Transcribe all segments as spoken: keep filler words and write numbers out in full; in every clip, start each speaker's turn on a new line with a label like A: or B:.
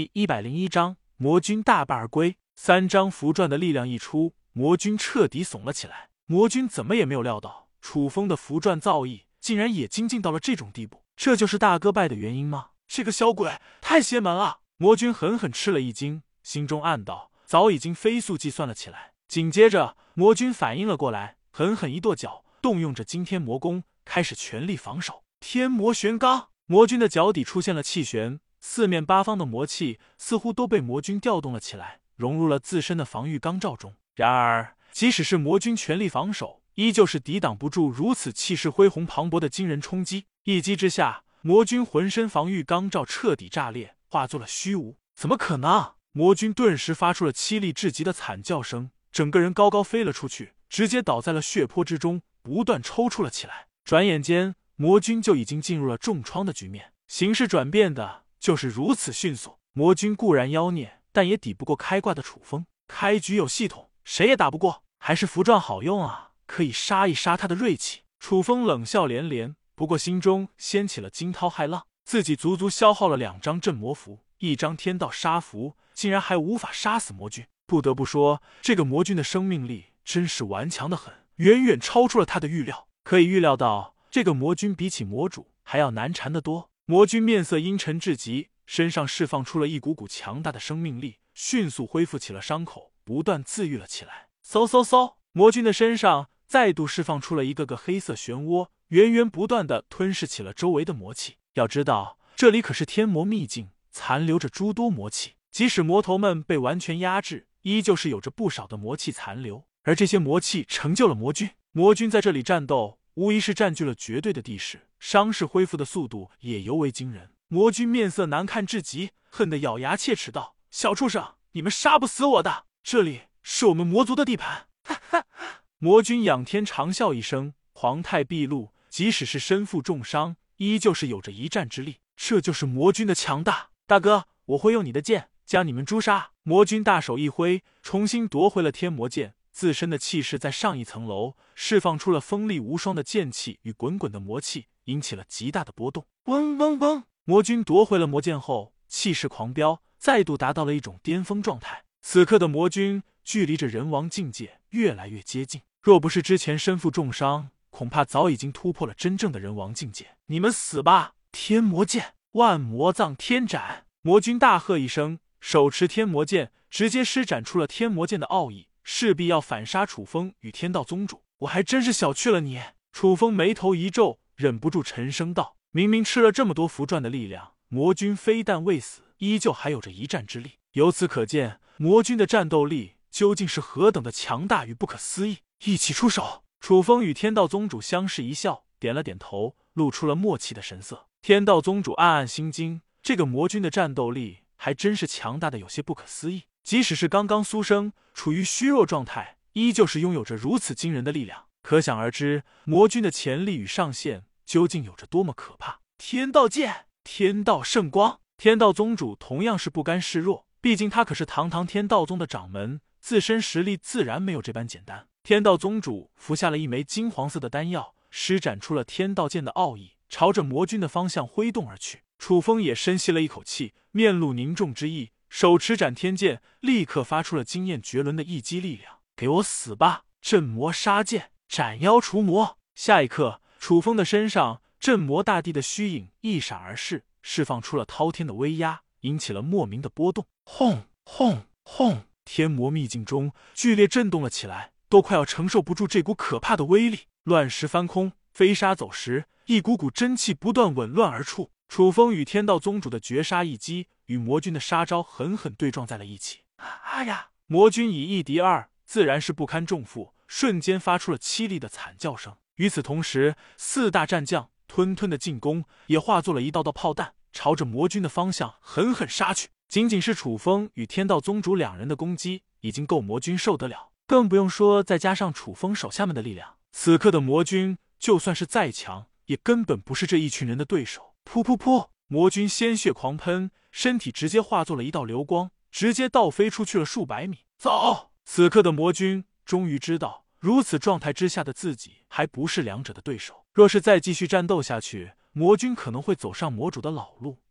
A: 第一百零一章魔君大败而归。三张符篆的力量一出，魔君彻底怂了起来。魔君怎么也没有料到，楚风的符篆造诣竟然也精进到了这种地步，这就是大哥败的原因吗？这个小鬼太邪门了！魔君狠狠吃了一惊，心中暗道，早已经飞速计算了起来。紧接着，魔君反应了过来，狠狠一跺脚，动用着惊天魔功，开始全力防守。天魔玄罡，魔君的脚底出现了气旋，四面八方的魔气似乎都被魔君调动了起来，融入了自身的防御钢罩中。然而，即使是魔君全力防守，依旧是抵挡不住如此气势恢宏磅礴的惊人冲击。一击之下，魔君浑身防御钢罩彻底炸裂，化作了虚无。怎么可能？魔君顿时发出了凄厉至极的惨叫声，整个人高高飞了出去，直接倒在了血泊之中，不断抽搐了起来。转眼间，魔君就已经进入了重创的局面，形势转变的就是如此迅速。魔君固然妖孽，但也抵不过开挂的楚风。开局有系统，谁也打不过，还是符篆好用啊，可以杀一杀他的锐气。楚风冷笑连连，不过心中掀起了惊涛骇浪。自己足足消耗了两张镇魔符，一张天道杀符，竟然还无法杀死魔君。不得不说，这个魔君的生命力真是顽强的很，远远超出了他的预料。可以预料到，这个魔君比起魔主还要难缠得多。魔君面色阴沉至极，身上释放出了一股股强大的生命力，迅速恢复起了伤口，不断自愈了起来。嗖嗖嗖，魔君的身上再度释放出了一个个黑色漩涡，源源不断地吞噬起了周围的魔气。要知道，这里可是天魔秘境，残留着诸多魔气，即使魔头们被完全压制，依旧是有着不少的魔气残留。而这些魔气成就了魔君，魔君在这里战斗，无疑是占据了绝对的地势，伤势恢复的速度也尤为惊人。魔君面色难看至极，恨得咬牙切齿道：“小畜生，你们杀不死我的！这里是我们魔族的地盘！”哈哈！魔君仰天长笑一声，狂态毕露，即使是身负重伤，依旧是有着一战之力。这就是魔君的强大。大哥，我会用你的剑将你们诛杀。魔君大手一挥，重新夺回了天魔剑。自身的气势在上一层楼释放出了锋利无双的剑气与滚滚的魔气，引起了极大的波动。嗡嗡嗡！魔君夺回了魔剑后，气势狂飙，再度达到了一种巅峰状态。此刻的魔君距离着人王境界越来越接近，若不是之前身负重伤，恐怕早已经突破了真正的人王境界。你们死吧！天魔剑，万魔藏天斩！魔君大喝一声，手持天魔剑，直接施展出了天魔剑的奥义，势必要反杀楚风与天道宗主。我还真是小觑了你。楚风眉头一皱，忍不住沉声道：明明吃了这么多符篆的力量，魔君非但未死，依旧还有着一战之力。由此可见，魔君的战斗力究竟是何等的强大与不可思议。一起出手！楚风与天道宗主相视一笑，点了点头，露出了默契的神色。天道宗主暗暗心惊，这个魔君的战斗力还真是强大的有些不可思议。即使是刚刚苏生处于虚弱状态，依旧是拥有着如此惊人的力量，可想而知，魔君的潜力与上限究竟有着多么可怕。天道剑，天道圣光！天道宗主同样是不甘示弱，毕竟他可是堂堂天道宗的掌门，自身实力自然没有这般简单。天道宗主服下了一枚金黄色的丹药，施展出了天道剑的奥义，朝着魔君的方向挥动而去。楚风也深吸了一口气，面露凝重之意，手持斩天剑，立刻发出了惊艳绝伦的一击力量。给我死吧！镇魔杀剑，斩妖除魔！下一刻，楚风的身上镇魔大帝的虚影一闪而逝，释放出了滔天的威压，引起了莫名的波动。轰轰轰！天魔秘境中剧烈震动了起来，都快要承受不住这股可怕的威力。乱石翻空，飞沙走石，一股股真气不断紊乱而出。楚风与天道宗主的绝杀一击与魔君的杀招狠狠对撞在了一起。哎呀！魔君以一敌二，自然是不堪重负，瞬间发出了凄厉的惨叫声。与此同时，四大战将吞吞的进攻也化作了一道道炮弹，朝着魔君的方向狠狠杀去。仅仅是楚风与天道宗主两人的攻击，已经够魔君受得了，更不用说再加上楚风手下们的力量。此刻的魔君就算是再强，也根本不是这一群人的对手。噗噗噗！魔君鲜血狂喷，身体直接化作了一道流光，直接倒飞出去了数百米。走！此刻的魔君终于知道，如此状态之下的自己还不是两者的对手。若是再继续战斗下去，魔君可能会走上魔主的老路，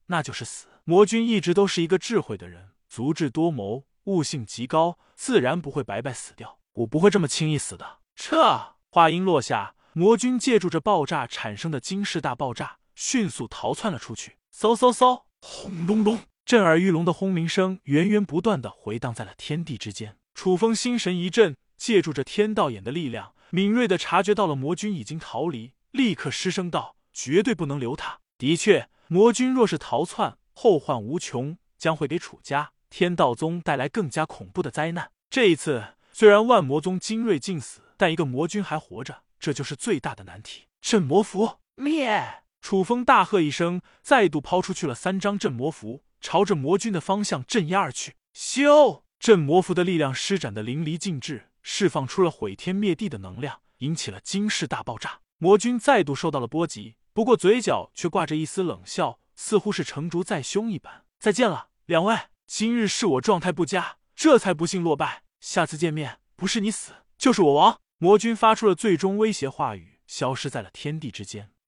A: 那就是死。魔君一直都是一个智慧的人，足智多谋，悟性极高，自然不会白白死掉。我不会这么轻易死的。撤！话音落下，魔君借助着爆炸产生的惊世大爆炸，迅速逃窜了出去。嗖嗖嗖！轰隆隆！震耳欲聋的轰鸣声源源不断地回荡在了天地之间。楚风心神一震，借助着天道眼的力量，敏锐地察觉到了魔君已经逃离，立刻失声道：绝对不能留他。的确，魔君若是逃窜，后患无穷，将会给楚家、天道宗带来更加恐怖的灾难。这一次，虽然万魔宗精锐尽死，但一个魔君还活着，这就是最大的难题。镇魔符灭！楚风大喝一声，再度抛出去了三张镇魔符，朝着魔君的方向镇压而去。咻！镇魔符的力量施展的淋漓尽致，释放出了毁天灭地的能量，引起了惊世大爆炸。魔君再度受到了波及，不过嘴角却挂着一丝冷笑，似乎是成竹在胸一般。再见了，两位，今日是我状态不佳，这才不幸落败。下次见面，不是你死，就是我亡。魔君发出了最终威胁话语，消失在了天地之间。